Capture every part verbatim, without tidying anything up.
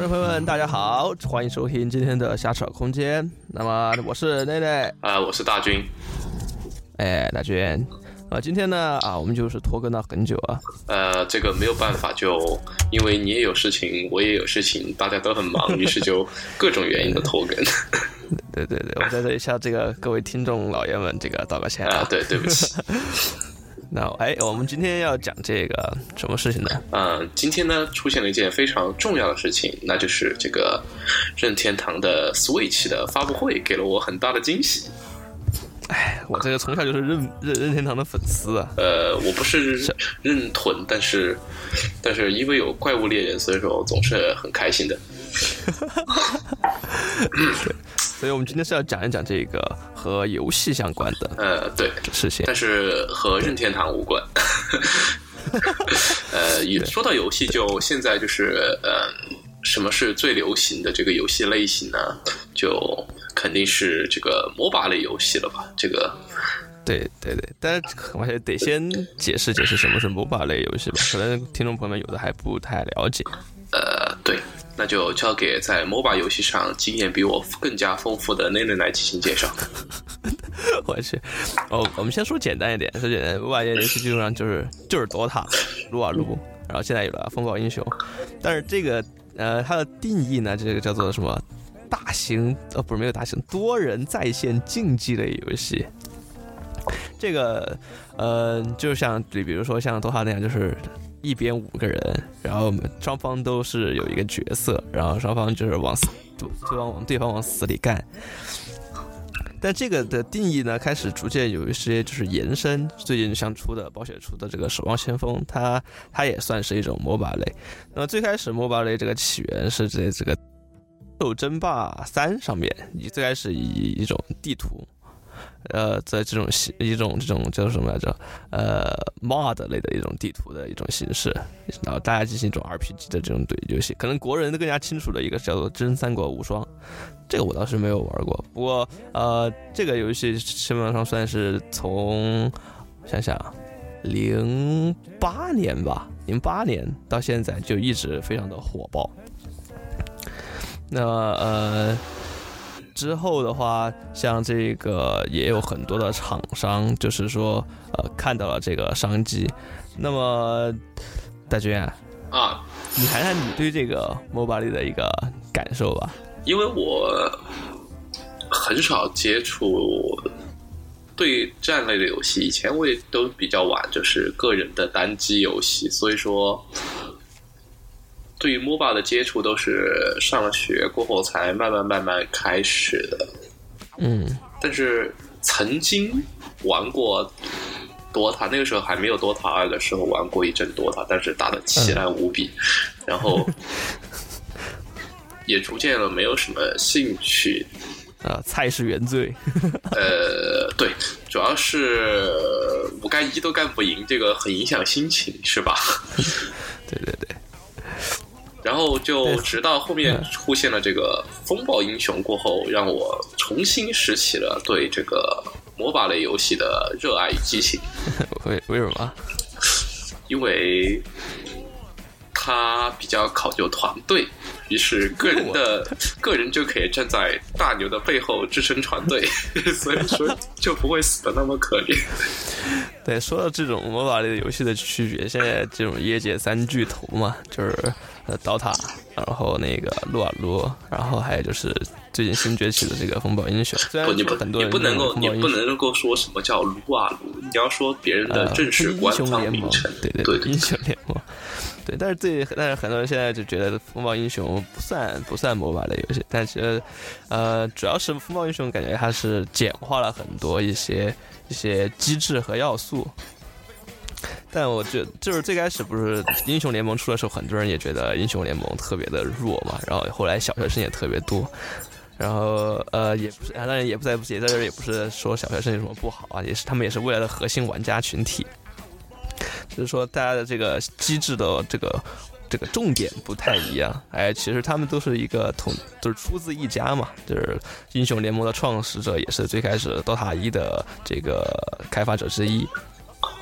众朋友们，大家好，欢迎收听今天的瞎扯空间。那么我是内内， 啊、呃，我是大军。 哎，大军，啊，今天呢，啊，我们就是拖更了很久啊。 呃，这个没有办法，就因为你也有事情，我也有事情，大家都很忙，于是就各种原因的拖更。 对对对，我在这里向这个各位听众老爷们这个道个歉啊。 啊，对，对不起。 那哎，我们今天要讲这个什么事情呢？ 嗯、呃，今天呢出现了一件非常重要的事情，那就是这个任天堂的 Switch 的发布会给了我很大的惊喜。 哎，我这个从小就是任任任天堂的粉丝啊。 呃，我不是任屯，但是但是因为有怪物猎人，所以说我总是很开心的。 对，所以我们今天是要讲一讲这个和游戏相关的呃对事情， 但是和任天堂无关。呃，说到游戏，就现在就是呃，什么是最流行的这个游戏类型呢？就肯定是这个 M O B A 类游戏了吧？这个， 对对对，但是我还得先解释解释什么是 M O B A 类游戏吧，可能听众朋友们有的还不太了解。 呃，对，那就交给在 M O B A 游戏上经验比我更加丰富的内内来进行介绍。 我去，哦，我们先说简单一点，说简单 ，M O B A 游戏基本上就是就是 D O T A 撸啊撸，然后现在有了风暴英雄，但是这个呃它的定义呢，这个叫做什么？大型呃不是没有大型多人在线竞技类游戏，这个呃就像比如说像 D O T A 那样，就是一边五个人，然后双方都是有一个角色，然后双方就是往死对方往对方往死里干。但这个的定义呢，开始逐渐有一些就是延伸。最近像出的暴雪出的这个《守望先锋》，它它也算是一种 M O B A 类。那么最开始 M O B A 类这个起源是在这个斗争霸三上面，以最开始以一种地图，呃，在这种一种这种叫什么来着？呃 ，mod 类的一种地图的一种形式，然后大家进行一种 R P G 的这种对游戏。可能国人都更加清楚的一个叫做《真三国无双》，这个我倒是没有玩过。不过，呃，这个游戏基本上算是从想想零八年吧，零八年到现在就一直非常的火爆。那呃，之后的话，像这个也有很多的厂商，就是说呃看到了这个商机。那么大军啊， 啊， 你谈谈你对这个 M O B A 类的一个感受吧。 因为我很少接触对战类的游戏，以前我也都比较玩，就是个人的单机游戏，所以说。对于 M O B A 的接触都是上了学过后才慢慢慢慢开始的， 嗯， 但是曾经玩过 D O T A， 那个时候还没有 D O T A 二的时候玩过一阵 D O T A， 但是打得奇烂无比，嗯、然后也逐渐了没有什么兴趣。 啊，菜是原罪。 呃，对，主要是五干一都干不赢，这个很影响心情，是吧？ 对对对。 然后就直到后面出现了这个风暴英雄过后，让我重新拾起了对这个 M O B A 类游戏的热爱与激情。 为为什么？ 因为它比较考究团队，于是个人的个人就可以站在大牛的背后支撑团队，所以说就不会死得那么可怜。 对，说到这种 M O B A 类的游戏的区别，现在这种业界三巨头嘛，就是呃 D O T A， 然后那个撸啊撸，然后还有就是最近新崛起的这个风暴英雄。虽然不，你不很多人你不能够你不能够说什么叫撸啊撸，你要说别人的正式官方名称， 呃、对对对, 对，英雄联盟。对，但是最但是很多人现在就觉得风暴英雄不算不算 M O B A 类游戏，但其实呃主要是风暴英雄感觉它是简化了很多一些一些机制和要素。但我觉得就是最开始不是英雄联盟出的时候，很多人也觉得英雄联盟特别的弱嘛，然后后来小学生也特别多，然后呃也不是，当然也不在也在这也不是说小学生有什么不好啊，也是他们也是未来的核心玩家群体。就是说大家的这个机制的这个这个重点不太一样，哎，其实他们都是一个同，就是出自一家嘛，就是英雄联盟的创始者也是最开始 D O T A 一的这个开发者之一。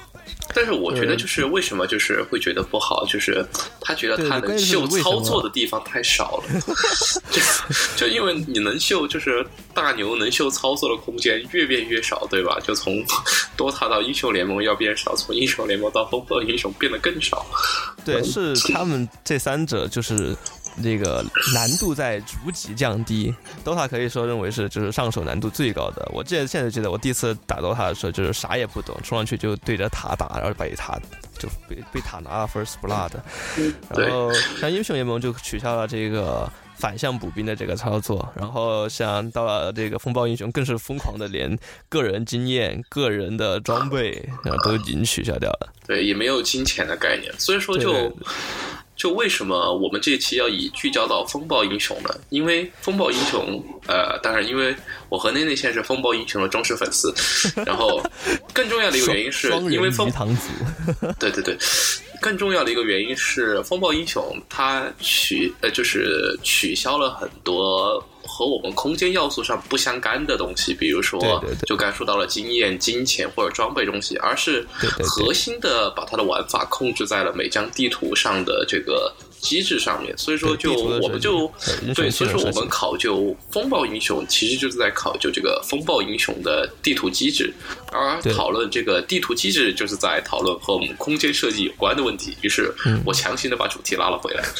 但是我觉得就是为什么就是会觉得不好，就是他觉得他能秀操作的地方太少了，就就因为你能秀就是大牛能秀操作的空间越变越少，对吧？就从 D O T A 到英雄联盟要变少，从英雄联盟到风暴英雄变得更少。 对，是他们这三者就是这个难度在逐级降低。D O T A 可以说认为是就是上手难度最高的。我记得现在记得我第一次打 D O T A 的时候，就是啥也不懂，冲上去就对着塔打，然后被塔就被被塔拿了 First Blood。然后像英雄联盟就取消了这个反向补兵的这个操作，然后像到了这个风暴英雄更是疯狂的连个人经验、个人的装备然后都已经取消掉了。 对，也没有金钱的概念，所以说就。对对对，就为什么我们这一期要以聚焦到风暴英雄呢？因为风暴英雄，呃，当然，因为我和内内现在是风暴英雄的忠实粉丝，然后更重要的一个原因是因为风堂组， 对对对，更重要的一个原因是风暴英雄它取呃就是取消了很多和我们空间要素上不相干的东西，比如说对对对， 就刚才说到了经验、金钱或者装备东西，而是核心的把它的玩法控制在了每张地图上的这个机制上面。所以说就我们就对，所以说我们考究风暴英雄其实就是在考究这个风暴英雄的地图机制，而讨论这个地图机制就是在讨论和我们空间设计有关的问题。于是我强行的把主题拉了回来。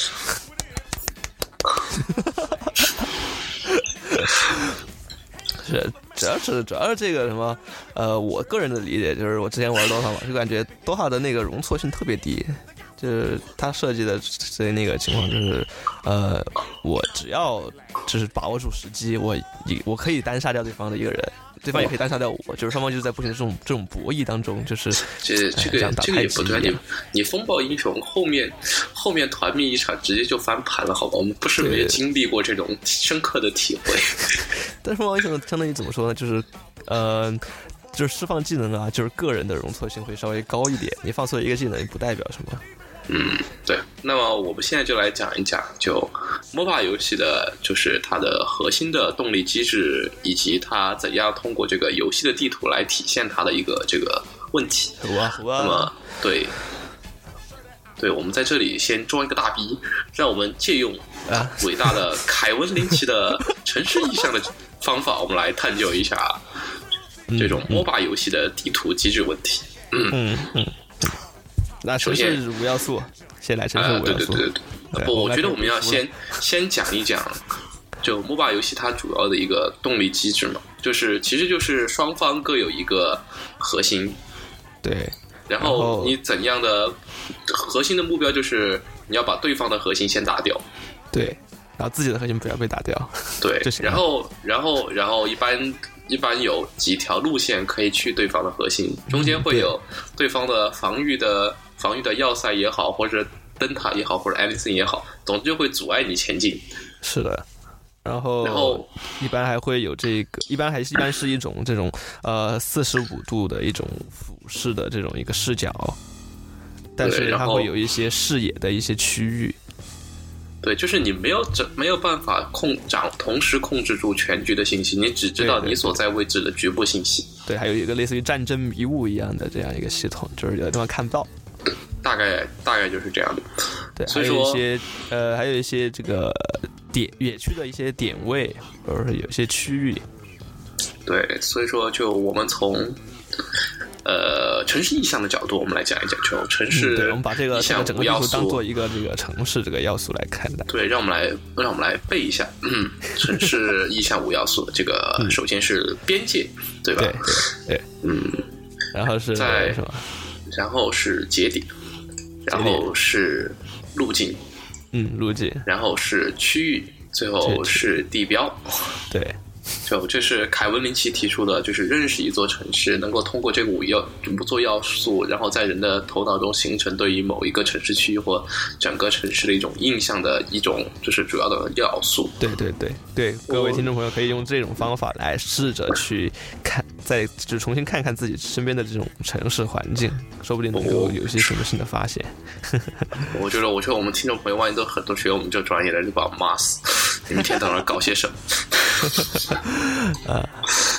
是，主要是主要是这个什么，呃，我个人的理解就是，我之前玩 D O T A 嘛，就感觉 D O T A 的那个容错性特别低，就是它设计的这那个情况就是，呃，我只要就是把握住时机，我我可以单杀掉对方的一个人。对方也可以单杀掉我，就是双方就是在不停的这种这种博弈当中，就是这这个这个也不对，你你风暴英雄后面后面团灭一场直接就翻盘了，好吧？我们不是没经历过这种深刻的体会。 但是风暴英雄相当于怎么说呢？就是呃，就是释放技能啊，就是个人的容错性会稍微高一点。你放错一个技能不代表什么。 嗯，对。那么我们现在就来讲一讲，就 M O B A 游戏的，就是它的核心的动力机制，以及它怎样通过这个游戏的地图来体现它的一个这个问题。 好啊，好啊。 那么，对，对，我们在这里先装一个大逼，让我们借用伟大的凯文·林奇的城市意象的方法，我们来探究一下这种 M O B A 游戏的地图机制问题。 嗯嗯嗯。那城市五要素，先来城市五要素。 呃、对对对对对。不，我觉得我们要先先讲一讲，就 M O B A 游戏它主要的一个动力机制嘛，就是其实就是双方各有一个核心， 对， 然后你怎样的核心的目标就是你要把对方的核心先打掉， 对，然后自己的核心不要被打掉， 对，然后然后然后一般。一般有几条路线可以去对方的核心，中间会有对方的防御的防御的要塞也好，或者灯塔也好，或者 anything 也好，总之就会阻碍你前进。 是的，然后然后一般还会有这个，一般还是一般是一种这种呃四十五度的一种俯视的这种一个视角，但是它会有一些视野的一些区域。 对，就是你没有没有办法控掌同时控制住全局的信息，你只知道你所在位置的局部信息。 对，还有一个类似于战争迷雾一样的这样一个系统，就是有的地方看不到。 大概大概就是这样的。 对， 所以说还有一些呃，还有一些这个点野区的一些点位，或者是有些区域。 对，所以说就我们从呃城市意象的角度，我们来讲一讲，就城市、 嗯、对，我们把这个整个地图当做一个这个城市这个要素来看待。 对，让我们来让我们来背一下，嗯，城市意象五要素，这个、嗯、首先是边界，对吧？ 对对对， 嗯， 然后是在什么？然后是节点，然后是路径， 嗯，路径，然后是区域，最后是地标， 对。 就这是凯文·林奇提出的，就是认识一座城市能够通过这个五要五座要素，然后在人的头脑中形成对于某一个城市区域或整个城市的一种印象的一种，就是主要的要素。 对对对对，各位听众朋友可以用这种方法来试着去看，再就重新看看自己身边的这种城市环境，说不定能够有一些什么新的发现。 我觉得，我觉得我们听众朋友万一都很多学我们这专业的，就把我骂死，你们一天到晚搞些什么？ 啊，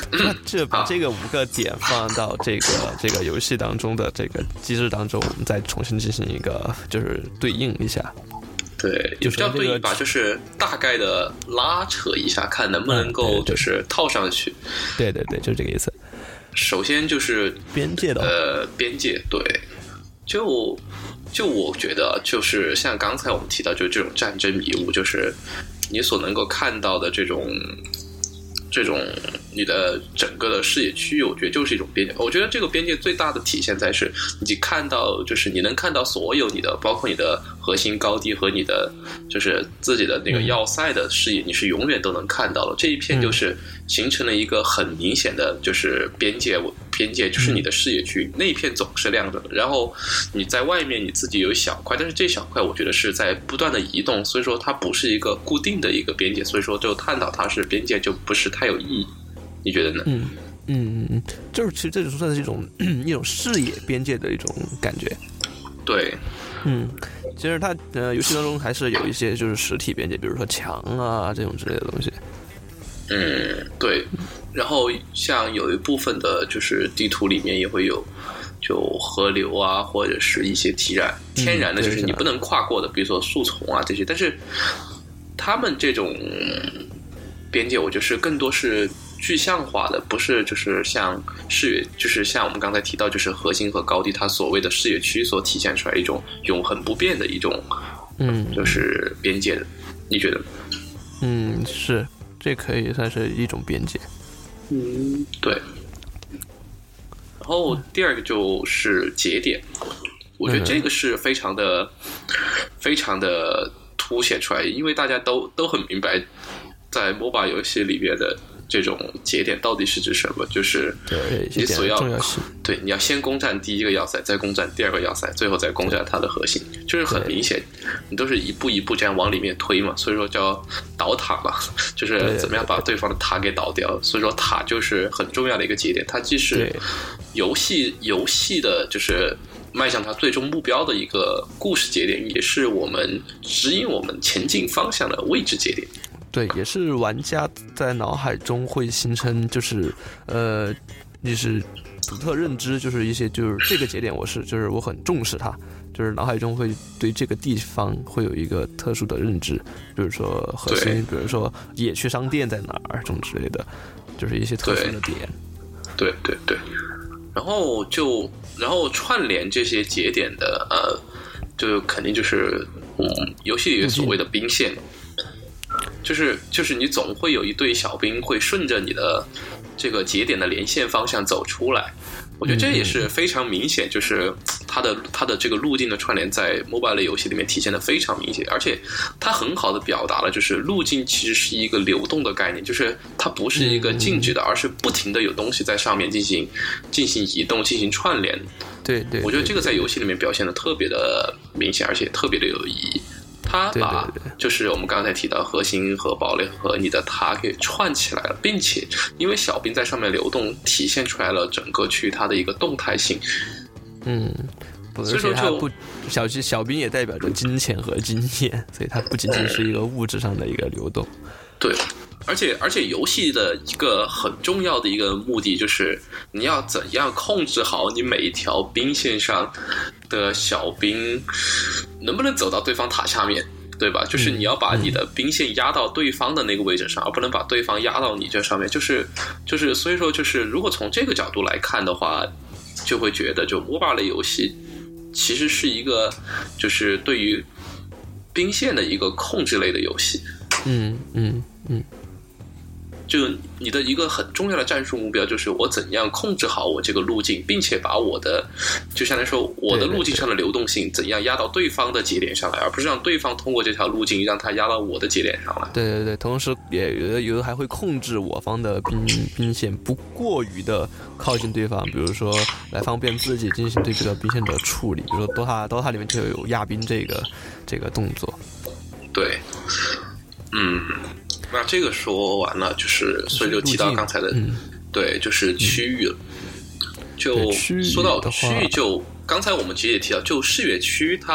那这把这个五个点放到这个这个游戏当中的这个机制当中，我们再重新进行一个就是对应一下。 对，也不叫对应吧，就是大概的拉扯一下，看能不能够就是套上去。 对对对，就是这个意思。 首先就是边界的呃边界，对，就就我觉得就是像刚才我们提到，就是这种战争迷雾，就是你所能够看到的这种。这种你的整个的视野区域，我觉得就是一种边界。我觉得这个边界最大的体现在是你看到，就是你能看到所有你的，包括你的核心高地和你的就是自己的那个要塞的视野，你是永远都能看到的。这一片就是形成了一个很明显的就是边界，边界就是你的视野区域，那一片总是亮着的。然后你在外面你自己有一小块，但是这小块我觉得是在不断的移动，所以说它不是一个固定的一个边界，所以说就探讨它是边界就不是太有意义，你觉得呢？ 嗯嗯嗯，就是其实这就算是一种一种视野边界的一种感觉。 对， 嗯，其实它呃游戏当中还是有一些就是实体边界，比如说墙啊这种之类的东西。 嗯，对。然后像有一部分的就是地图里面也会有就河流啊，或者是一些天然天然的就是你不能跨过的，比如说树丛啊这些，但是他们这种边界我觉得是更多是具象化的，不是就是像视野，就是像我们刚才提到就是核心和高地它所谓的视野区所体现出来一种永恒不变的一种嗯就是边界的，你觉得？ 嗯，是，这可以算是一种边界。 嗯，对。然后第二个就是节点，我觉得这个是非常的、嗯、非常的凸显出来，因为大家都都很明白，在 M O B A 游戏里面的这种节点到底是指什么，就是你所要对你要先攻占第一个要塞，再攻占第二个要塞，最后再攻占它的核心，就是很明显，你都是一步一步这样往里面推嘛，所以说叫倒塔嘛，就是怎么样把对方的塔给倒掉，所以说塔就是很重要的一个节点，它既是游戏游戏的就是迈向它最终目标的一个故事节点，也是我们指引我们前进方向的位置节点。 对，也是玩家在脑海中会形成，就是呃，就是独特认知，就是一些就是这个节点，我是就是我很重视它，就是脑海中会对这个地方会有一个特殊的认知，比如说核心，比如说野区商店在哪儿，这种之类的，就是一些特殊的点。 对对 对, 对，然后就然后串联这些节点的呃，就肯定就是嗯，游戏里所谓的兵线。就是就是你总会有一队小兵会顺着你的这个节点的连线方向走出来，我觉得这也是非常明显，就是它的它的这个路径的串联在 mobile 类游戏里面体现的非常明显，而且它很好的表达了就是路径其实是一个流动的概念，就是它不是一个静止的，而是不停的有东西在上面进行进行移动进行串联。 对 对, 对， 我觉得这个在游戏里面表现的特别的明显，而且特别的有意义。它把就是我们刚才提到核心和堡垒和你的塔给串起来了，并且因为小兵在上面流动，体现出来了整个区域它的一个动态性。 嗯，所以说就不小小兵也代表着金钱和经验，所以它不仅仅是一个物质上的一个流动。 对，而且而且游戏的一个很重要的一个目的就是你要怎样控制好你每一条兵线上的小兵能不能走到对方塔下面，对吧？就是你要把你的兵线压到对方的那个位置上，而不能把对方压到你这上面。就是就是所以说就是如果从这个角度来看的话，就会觉得就 M O B A 类游戏其实是一个就是对于兵线的一个控制类的游戏。 嗯嗯嗯， 就你的一个很重要的战术目标就是我怎样控制好我这个路径，并且把我的就相当于说我的路径上的流动性怎样压到对方的节点上来，而不是让对方通过这条路径让它压到我的节点上来。 对对对，同时也有的有的还会控制我方的兵兵线不过于的靠近对方，比如说来方便自己进行对这个兵线的处理，比如说 DOTA DOTA 里面就有压兵这个这个动作。 对，嗯。那这个说完了，就是所以就提到刚才的，嗯、对，就是区域了。嗯、就说到区域就，就刚才我们其实也提到，就视野区它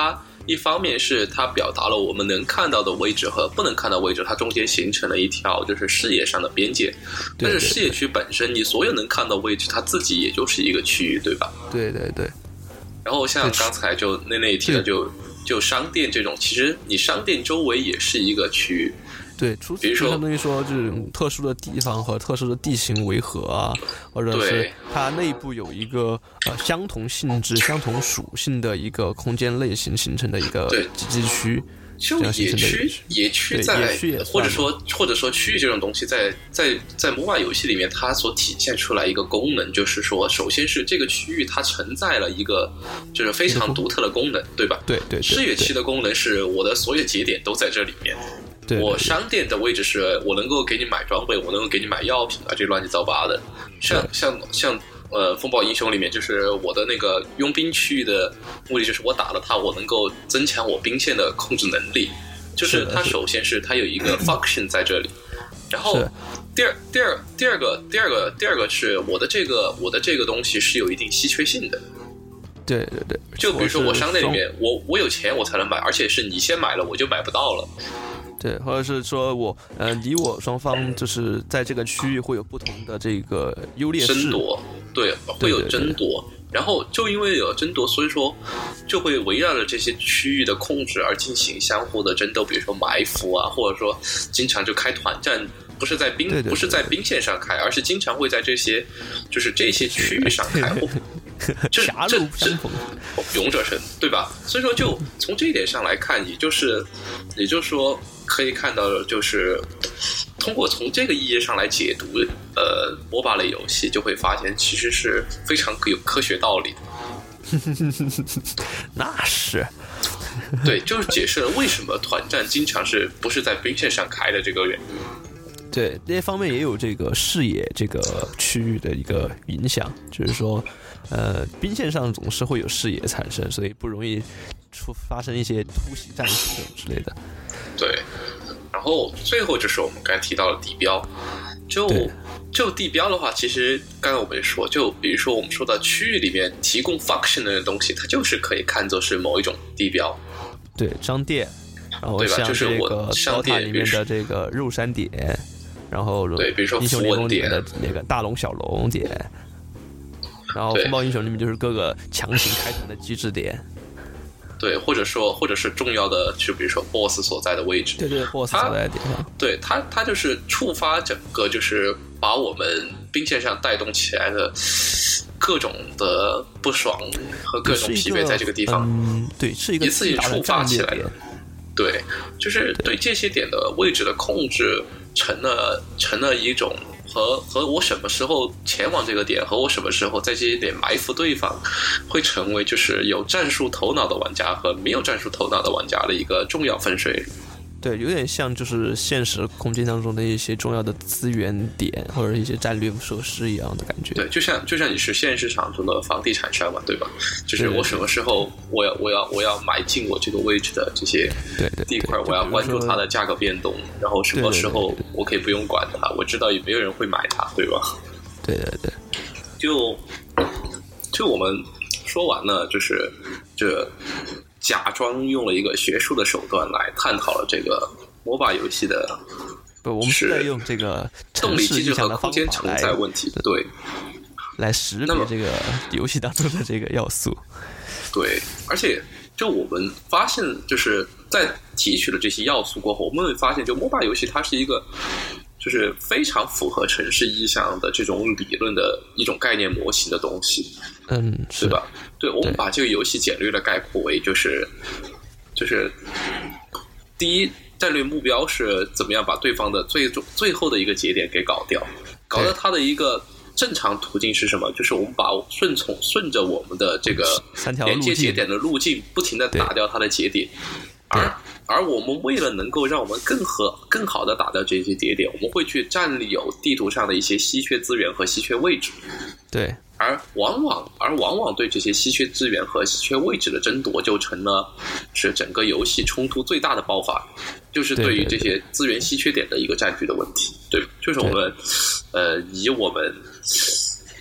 一方面是它表达了我们能看到的位置和不能看到位置，它中间形成了一条就是视野上的边界。但是视野区本身，你所有能看到位置，它自己也就是一个区域，对吧？ 对对对。 然后像刚才就那那提的就，就就商店这种，其实你商店周围也是一个区域。 对，除非相当于说这种特殊的地方和特殊的地形为何啊，或者是它内部有一个呃相同性质、相同属性的一个空间类型形成的一个集集区。 就野区，野区在，或者说或者说区域这种东西在，在在在 M O B A 游戏里面，它所体现出来一个功能，就是说，首先是这个区域它承载了一个就是非常独特的功能，对吧？ 对 对, 对。 视野区的功能是我的所有节点都在这里面。 对对对， 我商店的位置是我能够给你买装备，我能够给你买药品啊，这乱七八糟的。像像像呃，风暴英雄里面，就是我的那个佣兵区域的目的就是我打了它，我能够增强我兵线的控制能力。就是它首先是它有一个 function 在这里，然后第二第二第二个第二个第二个是我的这个我的这个东西是有一定稀缺性的。 对对对， 就比如说我商店里面，我我有钱我才能买，而且是你先买了我就买不到了。 对，或者是说我呃，你我双方就是在这个区域会有不同的这个优劣势争夺，对，会有争夺。对对对，然后就因为有争夺，所以说就会围绕着这些区域的控制而进行相互的争斗，比如说埋伏啊，或者说经常就开团战，不是在兵对对对不是在兵线上开，而是经常会在这些就是这些区域上开。 狭路相逢， 勇者神，对吧？所以说，就从这一点上来看，也就是，也就是说，可以看到，就是通过从这个意义上来解读，呃 ，M O B A 类游戏，就会发现其实是非常有科学道理的。 那是， 对，就是解释了为什么团战经常是不是在兵线上开的这个原因。 对，这些方面也有这个视野这个区域的一个影响，就是说，呃，兵线上总是会有视野产生，所以不容易出发生一些突袭战术之类的。 对，然后最后就是我们刚才提到的地标，就就地标的话，其实刚才我们也说，就比如说我们说的区域里面提供 function 的东西，它就是可以看作是某一种地标。 对，商店，然后像这个商店里面的这个肉山点。然后对，比如说英雄联盟里面的那个大龙小龙点，然后风暴英雄里面就是各个强行开团的机制点， 对，或者说或者是重要的，就比如说 B O S S 所在的位置， 对对 ，B O S S 所在的点上， 对它它就是触发整个就是把我们兵线上带动起来的各种的不爽和各种疲惫，在这个地方， 嗯，对，是一个一次性触发起来的。对，就是对这些点的位置的控制，成了成了一种和和我什么时候前往这个点，和我什么时候在这些点埋伏对方，会成为就是有战术头脑的玩家和没有战术头脑的玩家的一个重要分水岭。 对，有点像就是现实空间当中的一些重要的资源点或者一些战略设施一样的感觉。 对，就像就像你是现实市场中的房地产商嘛，对吧？就是我什么时候我要我要我要买进我这个位置的这些地块，我要关注它的价格变动，然后什么时候我可以不用管它，我知道也没有人会买它，对吧？对对对，就就我们说完了，就是这。假装用了一个学术的手段来探讨了这个 M O B A 游戏的， 不，我们是在用这个动力机制和空间承载问题，对， 来识别这个游戏当中的这个要素。 对，而且就我们发现，就是在提取了这些要素过后，我们会发现，就 M O B A 游戏它是一个就是非常符合城市意象的这种理论的一种概念模型的东西。 嗯， 对吧？对，我们把这个游戏简略的概括为就是就是第一战略目标是怎么样把对方的最终最后的一个节点给搞掉，搞到它的一个正常途径是什么？就是我们把顺从顺着我们的这个连接节点的路径，不停的打掉它的节点，而而我们为了能够让我们更和更好的打掉这些节点，我们会去占有地图上的一些稀缺资源和稀缺位置。 对。 而往往，而往往对这些稀缺资源和稀缺位置的争夺，就成了是整个游戏冲突最大的爆发，就是对于这些资源稀缺点的一个占据的问题。对，就是我们呃，以我们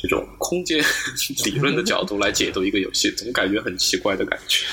这种空间理论的角度来解读一个游戏，总感觉很奇怪的感觉。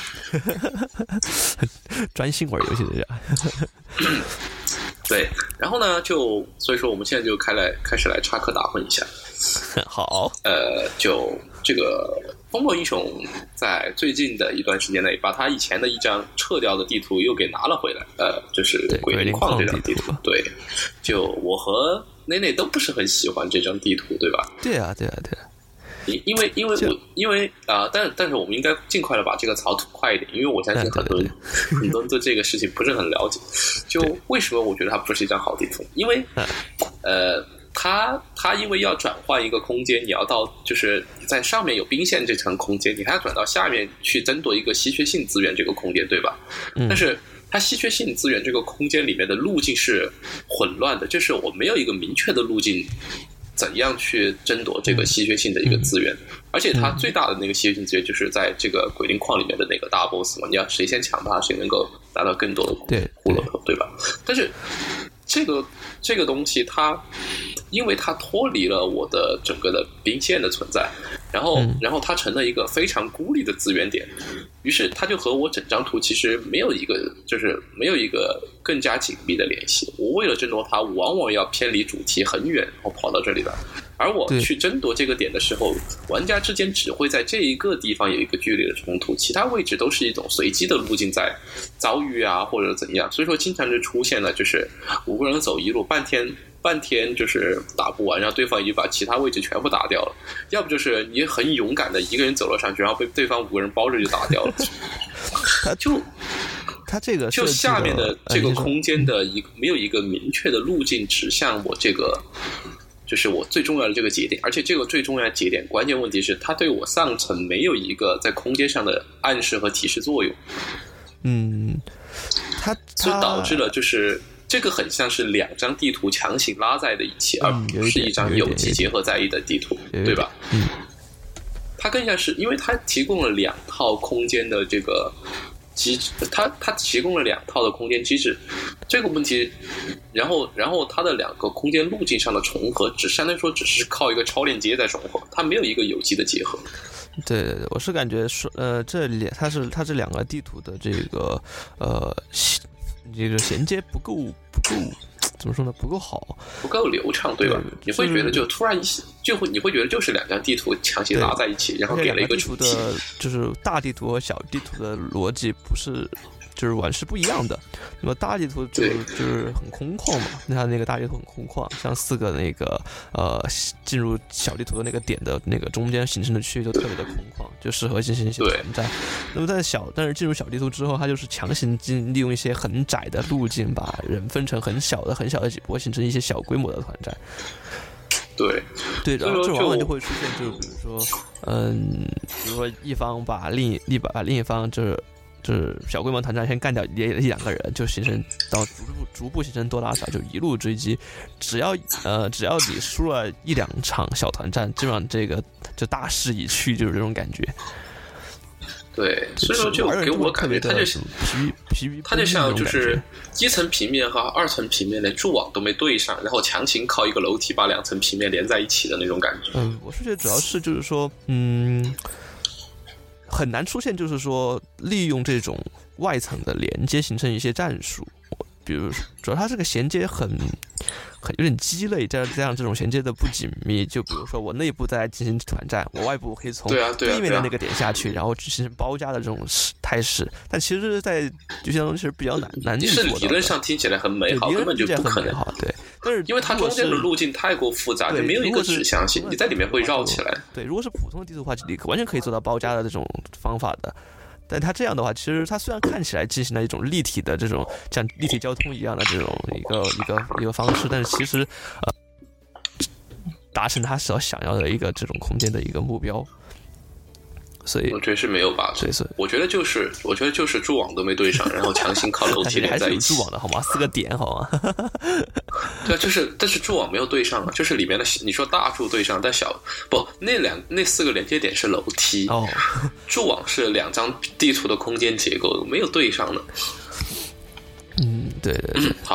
专心玩游戏的人。 对，然后呢，就所以说我们现在就开来开始来插科打诨一下。 好， 呃，就这个风暴英雄在最近的一段时间内，把他以前的一张撤掉的地图又给拿了回来，呃，就是鬼灵矿这张地图。对，就我和内内都不是很喜欢这张地图，对吧？ 对啊，对啊，对啊。 因因为因为我因为啊、呃，但但是我们应该尽快的把这个槽吐快一点，因为我相信很多人很多人对这个事情不是很了解。就为什么我觉得它不是一张好地图？因为呃，它它因为要转换一个空间，你要到就是在上面有兵线这层空间，你还要转到下面去争夺一个稀缺性资源这个空间，对吧？ 嗯、 但是它稀缺性资源这个空间里面的路径是混乱的，就是我没有一个明确的路径。怎样去争夺这个稀缺性的一个资源、嗯、而且它最大的那个稀缺性资源就是在这个鬼灵矿里面的那个大 boss 嘛，你要谁先抢它谁能够拿到更多的骷髅头， 对, 对吧？但是这个这个东西它因为它脱离了我的整个的兵线的存在，然后、嗯、然后它成了一个非常孤立的资源点，于是它就和我整张图其实没有一个就是没有一个更加紧密的联系。我为了争夺它往往要偏离主题很远，然后跑到这里来，而我去争夺这个点的时候，玩家之间只会在这一个地方有一个剧烈的冲突，其他位置都是一种随机的路径在遭遇啊或者怎样，所以说经常就出现了就是五个人走一路半天半天就是打不完，然后对方已经把其他位置全部打掉了，要不就是你很勇敢的一个人走了上去，然后被对方五个人包着就打掉了。 他就他这个就下面的这个空间的一个没有一个明确的路径指向我这个就是我最重要的这个节点，而且这个最重要的节点关键问题是它对我上层没有一个在空间上的暗示和提示作用。 嗯，它就导致了就是这个很像是两张地图强行拉在了一起、嗯、而不是一张有机结合在一起的地图，对吧？ 嗯， 它更像是因为它提供了两套空间的这个机制，它它提供了两套的空间机制，这个问题，然后然后它的两个空间路径上的重合，只相当于说只是靠一个超链接在重合，它没有一个有机的结合。 对对对，我是感觉说，呃，这里它是它这两个地图的这个呃这个衔接不够不够。怎么说呢？不够好， 不够流畅，对吧？对，你会觉得就突然就会，你会觉得就是两张地图强行拉在一起，然后给了一个主题。 的就是大地图和小地图的逻辑不是，就是完是不一样的。那么大地图就就是很空旷嘛，那它那个大地图很空旷，像四个那个呃进入小地图的那个点的那个中间形成的区域就特别的空旷，就适合进行一些团战。那么在小，但是进入小地图之后，它就是强行进利用一些很窄的路径，把人分成很小的很小的几波，形成一些小规模的团战。 对对，然后这往往就会出现，就是比如说，嗯，比如说一方把另一把另一方就是。就是小规模团战先干掉一一两个人，就形成到逐步逐步形成多打少，就一路追击。只要呃只要你输了一两场小团战，基本上这个就大势已去，就是这种感觉。 对，所以说就给我感觉，它就疲疲它就像就是一层平面和二层平面连蛛网都没对上，然后强行靠一个楼梯把两层平面连在一起的那种感觉。 嗯，我是觉得主要是就是说，嗯。很难出现，就是说利用这种外层的连接形成一些战术，比如主要它这个衔接很很有点鸡肋，加上这种衔接的不紧密，就比如说我内部在进行团战，我外部可以从对面的那个点下去，然后形成包夹的这种态势，但其实在有些东西是比较难难以做到的。 理论上听起来很美好，根本就不可能。 对，但是因为它中间的路径太过复杂，就没有一个指向性，你在里面会绕起来。 对，如果是普通的地图的话，你完全可以做到包夹的这种方法的。但它这样的话，其实它虽然看起来进行了一种立体的这种像立体交通一样的这种一个一个一个方式，但是其实呃达成它所想要的一个这种空间的一个目标。所以我觉得是没有吧， 所以所以我觉得就是我觉得就是蛛网都没对上，然后强行靠楼梯连在一起。 还是有蛛网的好吗？四个点好吗？ 对啊，就是但是蛛网没有对上啊，就是里面的你说大蛛对上，但小不那两那四个连接点是楼梯哦， 蛛网是两张地图的空间结构没有对上的。 嗯，对对对， 嗯，好。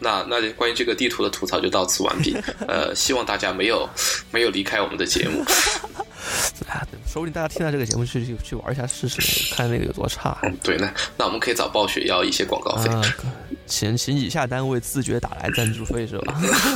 那那关于这个地图的吐槽就到此完毕。呃，希望大家没有没有离开我们的节目。 啊，说不定大家听到这个节目去去去玩一下试试，看那个有多差。 嗯，对，那那我们可以找暴雪要一些广告费。啊， 请请以下单位自觉打来赞助费是吧？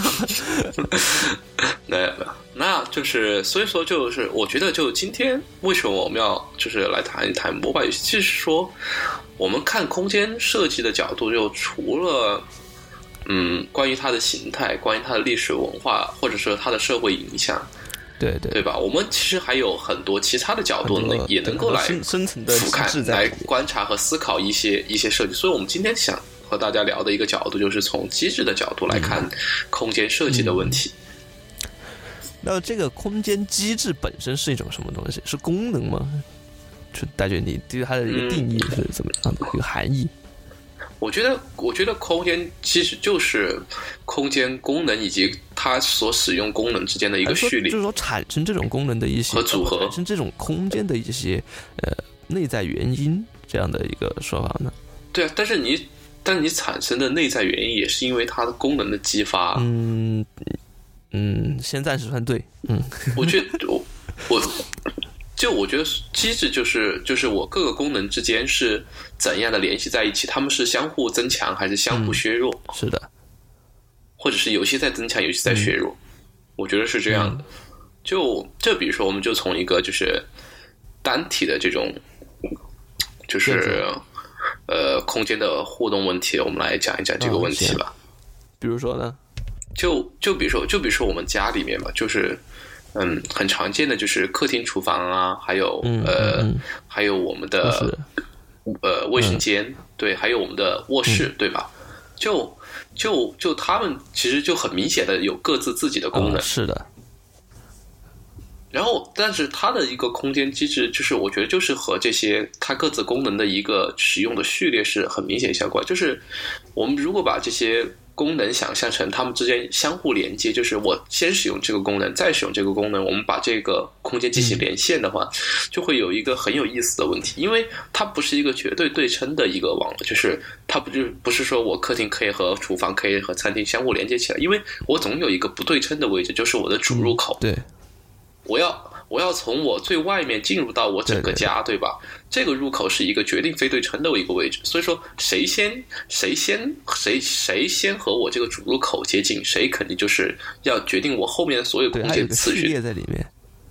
那那就是所以说就是我觉得就今天为什么我们要就是来谈一谈 MOBA 游戏，其实说我们看空间设计的角度，就除了嗯关于它的形态，关于它的历史文化，或者说它的社会影响。 对对对吧？我们其实还有很多其他的角度呢，也能够来深层的俯瞰、来观察和思考一些一些设计。所以，我们今天想和大家聊的一个角度，就是从机制的角度来看空间设计的问题。 嗯、那这个空间机制本身是一种什么东西？是功能吗？就大觉你对它的一个定义是怎么样的、嗯、一个含义？ 我觉得，我觉得空间其实就是空间功能以及它所使用功能之间的一个序列， 就是说产生这种功能的一些和组合， 产生这种空间的一些呃内在原因，这样的一个说法呢？ 对啊，但是你，但你产生的内在原因也是因为它的功能的激发。 嗯嗯，先暂时算对。嗯， 我觉得我我。就我觉得机制就是就是我各个功能之间是怎样的联系在一起，他们是相互增强还是相互削弱？ 嗯、是的， 或者是有些在增强，有些在削弱。嗯、我觉得是这样的。嗯、就这，比如说，我们就从一个就是单体的这种，就是呃空间的互动问题，我们来讲一讲这个问题吧。 哦、比如说呢？ 就就比如说，就比如说我们家里面吧，就是。嗯，很常见的就是客厅、厨房啊，还有、 嗯、 呃、 嗯， 还有我们的呃卫生间、嗯，对，还有我们的卧室，嗯、对吧？就就就他们其实就很明显的有各自自己的功能， 哦、是的。 然后，但是它的一个空间机制，就是我觉得就是和这些它各自功能的一个使用的序列是很明显相关。就是我们如果把这些功能想象成它们之间相互连接，就是我先使用这个功能，再使用这个功能，我们把这个空间进行连线的话，就会有一个很有意思的问题，因为它不是一个绝对对称的一个网络，就是它不就不是说我客厅可以和厨房可以和餐厅相互连接起来，因为我总有一个不对称的位置，就是我的主入口。 嗯、对， 我要我要从我最外面进入到我整个家， 对, 对, 对吧？这个入口是一个决定非对称的一个位置，所以说谁先谁先谁谁先和我这个主入口接近，谁肯定就是要决定我后面的所有空间次序。 对，还有个序列在里面。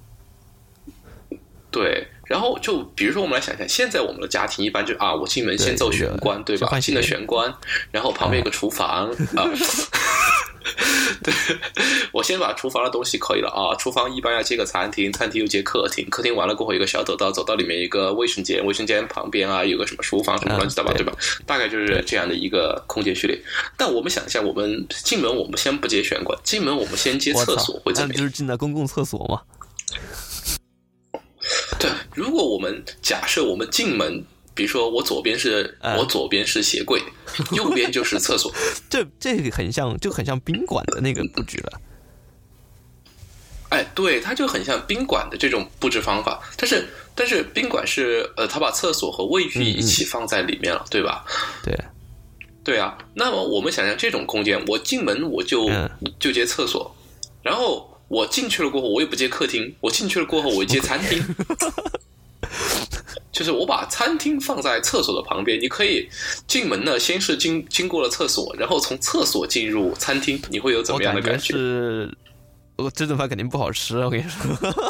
对，然后就比如说我们来想想，现在我们的家庭一般就啊，我进门先奏玄关， 对, 对吧？进了玄关，然后旁边有个厨房、嗯、啊。对，我先把厨房的东西可以了啊。厨房一般要接个餐厅，餐厅又接客厅，客厅完了过后有一个小走道，走道里面一个卫生间，卫生间旁边啊有个什么书房什么乱七八糟，对吧？大概就是这样的一个空间序列。但我们想一下，我们进门我们先不接玄关，进门我们先接厕所会怎么样？ 那就是进到公共厕所嘛。 对，如果我们假设我们进门。比如说，我左边是、嗯、我左边是鞋柜，右边就是厕所。 这这个很像，就很像宾馆的那个布局了。 哎，对，它就很像宾馆的这种布置方法。但是，但是宾馆是呃，它把厕所和卫浴一起放在里面了，嗯、对吧？ 对， 对啊。那么我们想象这种空间，我进门我就、嗯、就接厕所，然后我进去了过后，我也不接客厅，我进去了过后，我接餐厅。就是我把餐厅放在厕所的旁边，你可以进门呢，先是经经过了厕所，然后从厕所进入餐厅，你会有怎么样的感觉？ 我感觉是，我这顿饭肯定不好吃，我跟你说。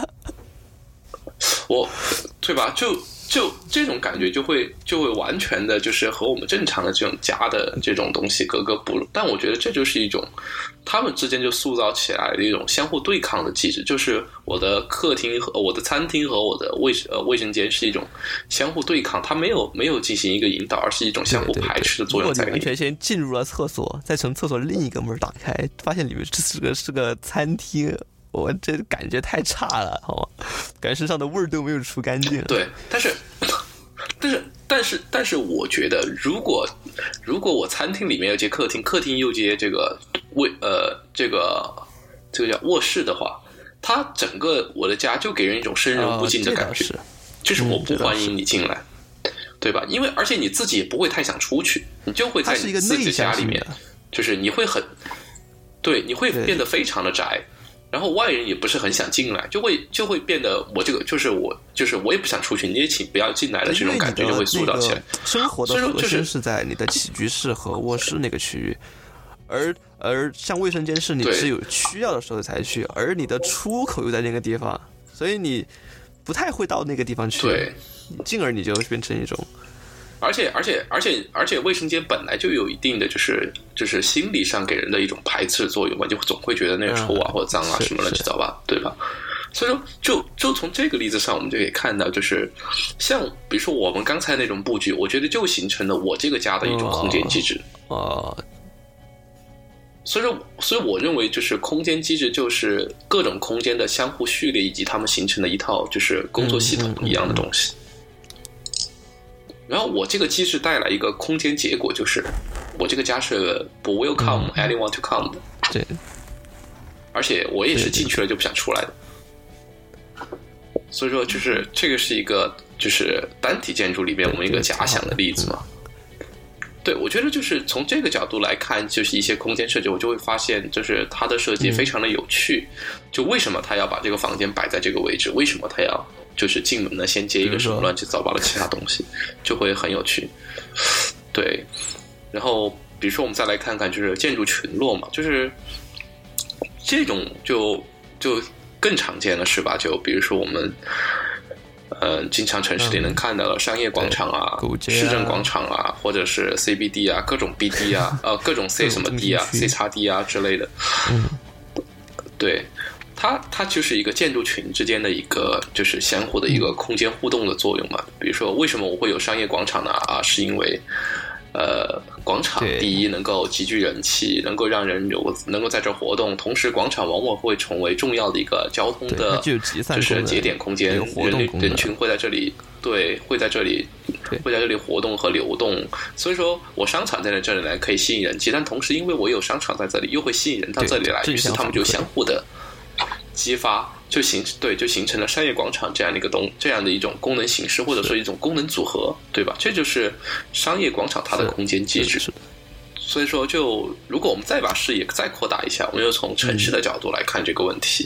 我，对吧？就就这种感觉就会就会完全的，就是和我们正常的这种家的这种东西格格不入。但我觉得这就是一种他们之间就塑造起来的一种相互对抗的机制，就是我的客厅和我的餐厅和我的卫呃卫生间是一种相互对抗，它没有没有进行一个引导，而是一种相互排斥的作用在里面。 如果你完全先进入了厕所，再从厕所另一个门打开，发现里面是个是个餐厅。我这感觉太差了，好吗？感觉身上的味儿都没有除干净。 对，但是，但是，但是，但是，我觉得，如果如果我餐厅里面有接客厅，客厅又接这个卫呃这个这个叫卧室的话，它整个我的家就给人一种生人勿近的感觉， 哦、 就是我不欢迎你进来，嗯、对吧？因为而且你自己也不会太想出去，你就会在你自己家里面。 就是你会很对，你会变得非常的窄。然后外人也不是很想进来，就会就会变得我这个就是我就是我也不想出去，你也请不要进来的这种感觉就会塑造起来。 生活的核心是在你的起居室和卧室那个区域，而而像卫生间是你只有需要的时候才去，而你的出口又在那个地方，所以你不太会到那个地方去， 对， 进而你就变成一种。 而且而且而且而且卫生间本来就有一定的就是就是心理上给人的一种排斥作用嘛，就总会觉得那个臭啊、嗯、或者脏啊什么乱七八糟，对吧？所以说就就从这个例子上我们就可以看到，就是像比如说我们刚才那种布局，我觉得就形成了我这个家的一种空间机制。 哦、 呃，所以说所以我认为就是空间机制就是各种空间的相互序列以及它们形成的一套就是工作系统一样的东西。嗯嗯嗯嗯，然后我这个机制带来一个空间结果，就是我这个家是不 welcome anyone to come 的， 对， 而且我也是进去了就不想出来的。所以说，就是这个是一个就是单体建筑里面我们一个假想的例子嘛。对，我觉得就是从这个角度来看，就是一些空间设计，我就会发现，就是它的设计非常的有趣。就为什么他要把这个房间摆在这个位置？为什么他要？就是进门呢，先接一个什么乱七八糟的其他东西，就会很有趣。对，然后比如说我们再来看看，就是建筑群落嘛，就是这种就就更常见了，是吧？就比如说我们呃经常城市里能看到的商业广场啊、嗯、市政广场啊，或者是 C B D 啊，各种 B D 啊，呃各种 C 什么 D 啊、C 叉 D 啊之类的。 嗯， 对。它它就是一个建筑群之间的一个就是相互的一个空间互动的作用嘛。比如说为什么我会有商业广场呢？啊，是因为呃广场第一能够集聚人气，能够让人有能够在这活动，同时广场往往会成为重要的一个交通的就是节点空间，人人群会在这里对会在这里会在这里活动和流动。所以说我商场在这里来可以吸引人气，但同时因为我有商场在这里又会吸引人到这里来，于是他们就相互的激发，就形对就形成了商业广场这样的一个东这样的一种功能形式，或者说一种功能组合，对吧？这就是商业广场它的空间机制。所以说就如果我们再把视野再扩大一下，我们又从城市的角度来看这个问题，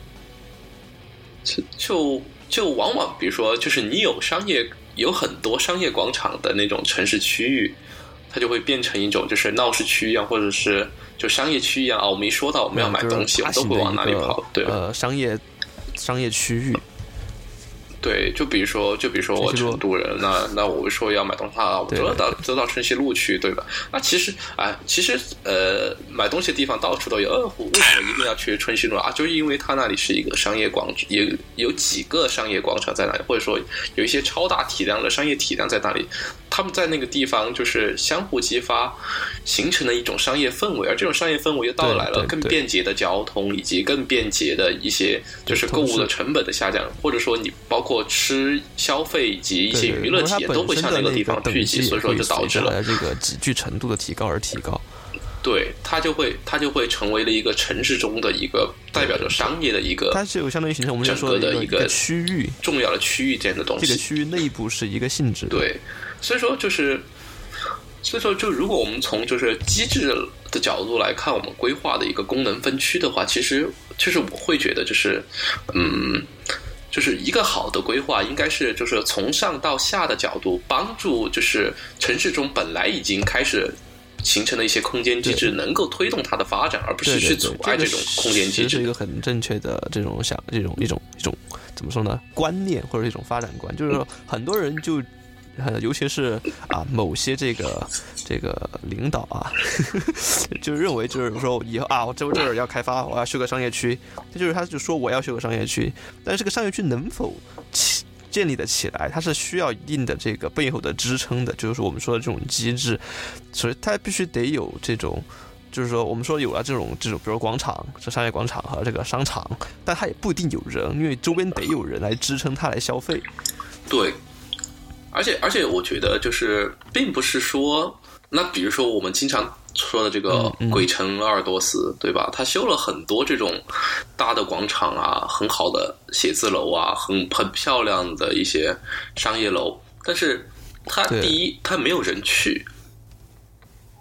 嗯、就就往往比如说就是你有商业有很多商业广场的那种城市区域，它就会变成一种就是闹市区一样，或者是就商业区一样啊。我们一说到我们要买东西，我们都会往哪里跑？对吧？ 呃，商业商业区域。 对，就比如说，就比如说我成都人，那那我说要买东西啊，我走到走到春熙路去，对吧？那其实啊，其实呃，买东西的地方到处都有。呃，为什么一定要去春熙路啊？就是因为它那里是一个商业广，有有几个商业广场在那里，或者说有一些超大体量的商业体量在那里。他们在那个地方就是相互激发，形成了一种商业氛围，而这种商业氛围又带来了更便捷的交通，以及更便捷的一些就是购物的成本的下降，或者说你包括吃消费以及一些娱乐体验都会向那个地方聚集，所以说就导致了这个集聚程度的提高而提高。 对，它就会它就会成为了一个城市中的一个代表着商业的一个， 它是有相当于形成我们整个的一个区域重要的区域这样的东西。 这个区域内部是一个性质。 对，所以说就是，所以说就如果我们从就是机制的角度来看，我们规划的一个功能分区的话，其实就是我会觉得就是嗯。就是一个好的规划，应该是就是从上到下的角度，帮助就是城市中本来已经开始形成的一些空间机制，能够推动它的发展，而不是去阻碍这种空间机制。 这是一个很正确的这种想这种一种一种怎么说呢？观念或者一种发展观，就是说很多人就。尤其是啊，某些这个这个领导啊，呵呵就认为就是说以后啊，我这这儿要开发，我要修个商业区，这就是他就说我要修个商业区，但是这个商业区能否起建立的起来，它是需要一定的这个背后的支撑的，就是我们说的这种机制，所以它必须得有这种。就是说，我们说有了这种这种，比如广场、这商业广场和这个商场，但它也不一定有人，因为周边得有人来支撑它来消费。 对。而且，而且，我觉得就是，并不是说，那比如说我们经常说的这个鬼城鄂尔多斯，嗯嗯、对吧？他修了很多这种大的广场啊，很好的写字楼啊，很很漂亮的一些商业楼，但是它第一，它没有人去，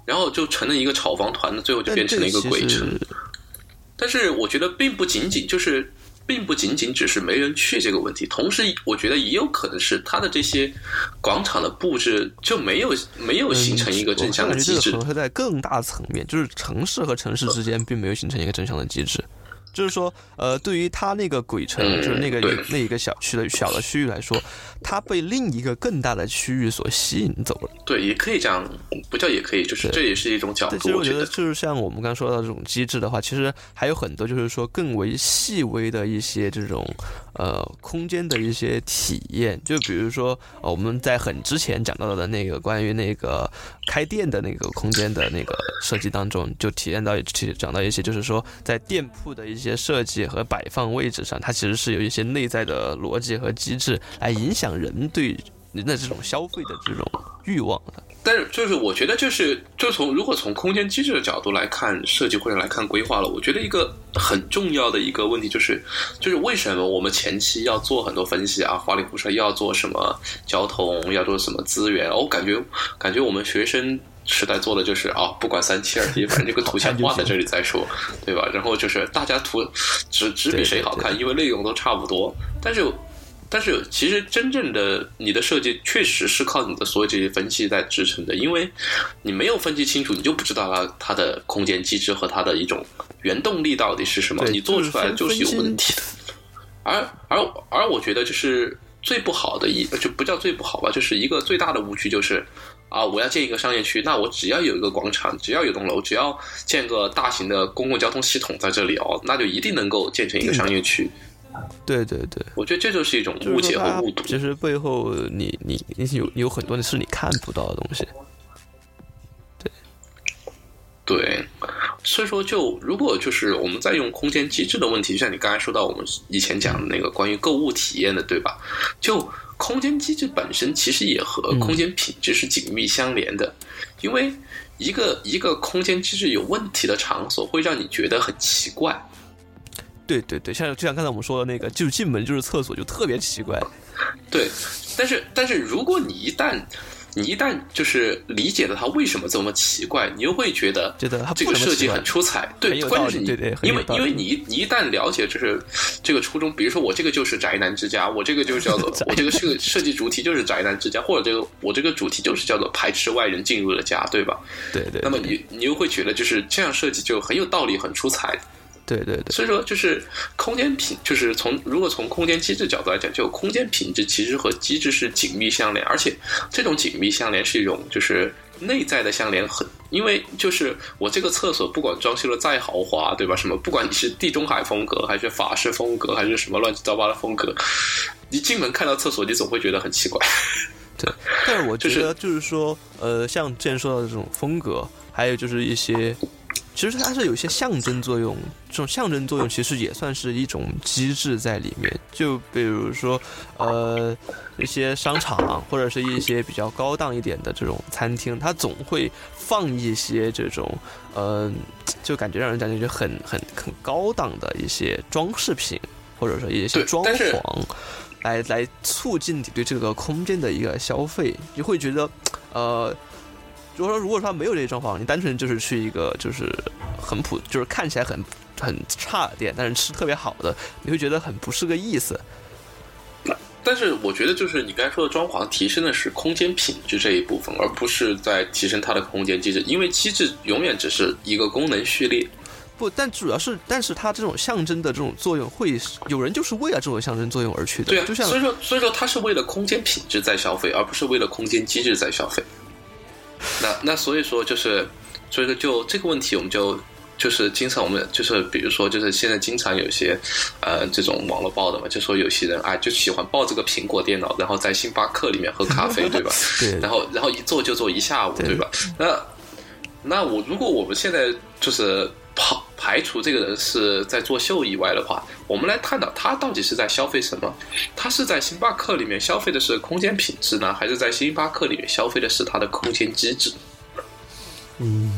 然后就成了一个炒房团，最后就变成了一个鬼城。但是我觉得并不仅仅就是。并不仅仅只是没人去这个问题，同时我觉得也有可能是它的这些广场的布置就没有没有形成一个正向的机制。 嗯、我感觉这个可能会在更大层面，就是城市和城市之间并没有形成一个正向的机制。就是说，呃，对于他那个鬼城， 嗯、 就是那个那一个小区的小的区域来说，它被另一个更大的区域所吸引走了。 对，也可以这样，不叫也可以，就是这也是一种角度。 其实我觉得，就是像我们刚刚说到这种机制的话，其实还有很多，就是说更为细微的一些这种呃空间的一些体验。就比如说，呃，我们在很之前讲到的那个关于那个开店的那个空间的那个设计当中，就体验到讲到一些，就是说在店铺的一些设计和摆放位置上，它其实是有一些内在的逻辑和机制来影响人对人的这种消费的这种欲望的。 但是就是我觉得就是就从如果从空间机制的角度来看设计或者来看规划了，我觉得一个很重要的一个问题就是就是为什么我们前期要做很多分析啊，花里胡哨要做什么交通，要做什么资源，我、哦、感觉感觉我们学生时代做的就是啊、哦，不管三七二十一，反正这个图像画在这里再说，对吧？然后就是大家图只只比谁好看，因为内容都差不多。但是，但是其实真正的你的设计确实是靠你的所有这些分析在支撑的，因为你没有分析清楚，你就不知道它它的空间机制和它的一种原动力到底是什么，你做出来就是有问题的。而而而我觉得就是最不好的一就不叫最不好吧，就是一个最大的误区就是。啊，我要建一个商业区，那我只要有一个广场，只要有栋楼，只要建个大型的公共交通系统在这里哦，那就一定能够建成一个商业区。 对对对， 我觉得这就是一种误解和误读。 其实背后你你你有有很多的是你看不到的东西。对对，所以说就如果就是我们在用空间机制的问题，就像你刚才说到我们以前讲的那个关于购物体验的，对吧？就空间机制本身其实也和空间品质是紧密相连的，嗯、因为一个一个空间机制有问题的场所会让你觉得很奇怪。 对对对，像就像刚才我们说的那个，就进门就是厕所，就特别奇怪。 对，但是但是如果你一旦你一旦就是理解了它为什么这么奇怪，你又会觉得这个设计很出彩。对，关键是你对对因为因为你你一旦了解就是这个初衷，比如说我这个就是宅男之家，我这个就叫做我这个是个设计主题就是宅男之家，或者这个我这个主题就是叫做排斥外人进入了家，对吧？ 对 对, 对。 那么你你又会觉得就是这样设计就很有道理，很出彩。 对对对， 所以说就是空间品，就是从如果从空间机制角度来讲，就空间品质其实和机制是紧密相连，而且这种紧密相连是一种就是内在的相连，很因为就是我这个厕所不管装修的再豪华，对吧？什么不管你是地中海风格还是法式风格还是什么乱七八糟的风格，你进门看到厕所，你总会觉得很奇怪。 对，但是我觉得就是说，呃，像之前说到的这种风格，还有就是一些。其实它是有一些象征作用，这种象征作用其实也算是一种机制在里面。就比如说，呃，一些商场或者是一些比较高档一点的这种餐厅，它总会放一些这种，呃，就感觉让人感觉很很很高档的一些装饰品，或者说一些装潢，来来促进你对这个空间的一个消费。你会觉得，呃。如果说如果说他没有这些装潢，你单纯就是去一个就是很普，就是看起来很很差的店，但是吃特别好的，你会觉得很不是个意思。 但是我觉得就是你刚才说的装潢提升的是空间品质这一部分，而不是在提升它的空间机制，因为机制永远只是一个功能序列。 不，但主要是，但是它这种象征的这种作用会，有人就是为了这种象征作用而去的。 对啊， 就像所以说，所以说它是为了空间品质在消费，而不是为了空间机制在消费。那那所以说就是，所以说就这个问题，我们就就是经常我们就是比如说就是现在经常有一些呃这种网络报的嘛，就说有些人哎就喜欢抱这个苹果电脑，然后在星巴克里面喝咖啡，对吧？ 对。 然后然后一坐就坐一下午， 对, 对吧？那那我如果我们现在就是排排除这个人是在做秀以外的话，我们来探讨他到底是在消费什么？他是在星巴克里面消费的是空间品质呢，还是在星巴克里面消费的是他的空间机制？ 嗯，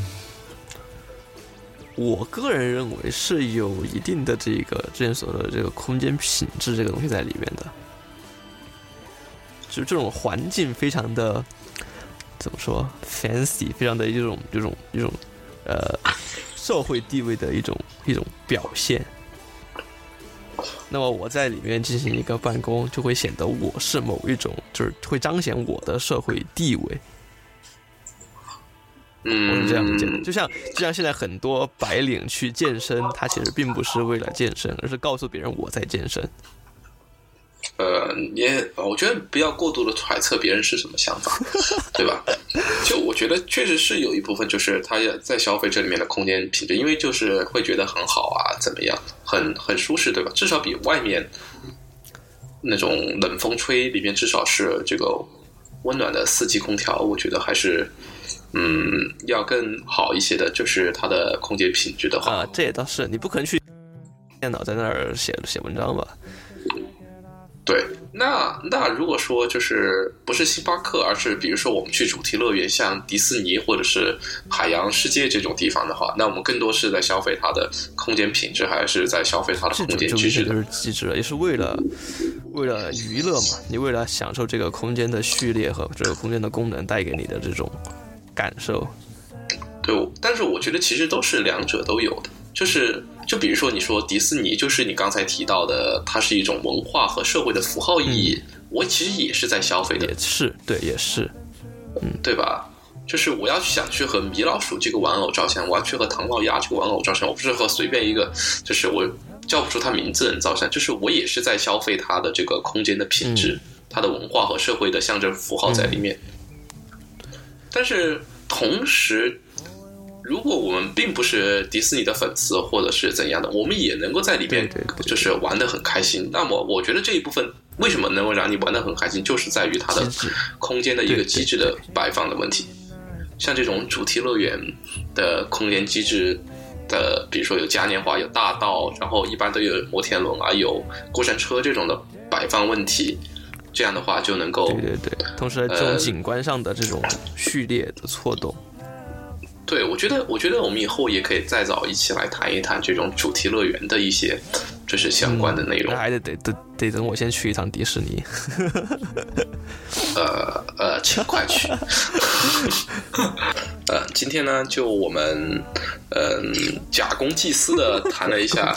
我个人认为是有一定的这个之前所说的这个空间品质这个东西在里面的，就这种环境非常的怎么说 fancy， 非常的一种这种一种呃社会地位的一种一种表现。那么我在里面进行一个办公，就会显得我是某一种，就是会彰显我的社会地位。 嗯， 我是这样理解的。就像就像现在很多白领去健身，他其实并不是为了健身，而是告诉别人我在健身。 呃，也我觉得不要过度的揣测别人是什么想法，对吧？就我觉得确实是有一部分就是他在消费这里面的空间品质，因为就是会觉得很好啊，怎么样，很很舒适，对吧？至少比外面那种冷风吹里面至少是这个温暖的四季空调，我觉得还是嗯要更好一些的，就是它的空间品质的话啊，这也倒是，你不可能去电脑在那儿写写文章吧？ 对，那那如果说就是不是星巴克，而是比如说我们去主题乐园，像迪士尼或者是海洋世界这种地方的话，那我们更多是在消费它的空间品质，还是在消费它的空间机制的？ 就是机制，也是为了为了娱乐嘛，你为了享受这个空间的序列和这个空间的功能带给你的这种感受。 对，但是我觉得其实都是两者都有的，就是就比如说你说迪士尼，就是你刚才提到的，它是一种文化和社会的符号意义，嗯、我其实也是在消费的， 也是，对，也是， 嗯，对吧？就是我要想去和米老鼠这个玩偶照相，我要去和唐老鸭这个玩偶照相，我不是和随便一个，就是我叫不出他名字的人照相，就是我也是在消费它的这个空间的品质，嗯、它的文化和社会的象征符号在里面。嗯、但是同时，如果我们并不是迪士尼的粉丝或者是怎样的，我们也能够在里面就是玩得很开心。那么我觉得这一部分为什么能够让你玩得很开心，就是在于它的空间的一个机制的摆放的问题。像这种主题乐园的空间机制的，比如说有嘉年华、有大道，然后一般都有摩天轮啊、有过山车这种的摆放问题，这样的话就能够对对对，同时这种景观上的这种序列的错动。呃对，我觉得，我觉得我们以后也可以再早一起来谈一谈这种主题乐园的一些，就是相关的内容。 嗯、那还得得得得等我先去一趟迪士尼。 呃呃，请快去。呃，今天呢，就我们嗯、呃、假公济私的谈了一下，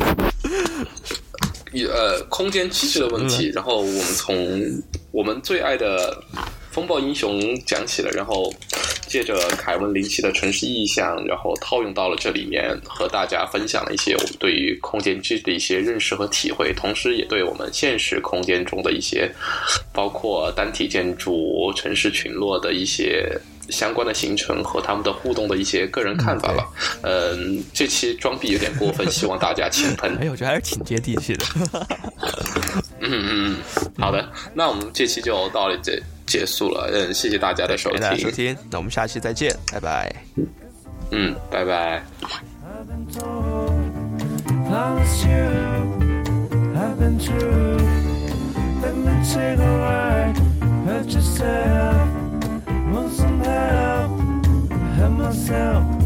呃，空间机制的问题，嗯、然后我们从我们最爱的风暴英雄讲起了，然后借着凯文林奇的城市意象，然后套用到了这里面，和大家分享了一些我们对于空间机制的一些认识和体会，同时也对我们现实空间中的一些包括单体建筑、城市群落的一些相关的形成和他们的互动的一些个人看法了。嗯，嗯这期装逼有点过分，希望大家轻喷。 哎，我觉得还是挺接地气的。 嗯嗯，好的，那我们这期就到了这结束了。嗯，谢谢大家的收听， 谢谢大家收听，那我们下期再见，拜拜。 嗯，拜拜。Hurt yourself, want some help, hurt myself.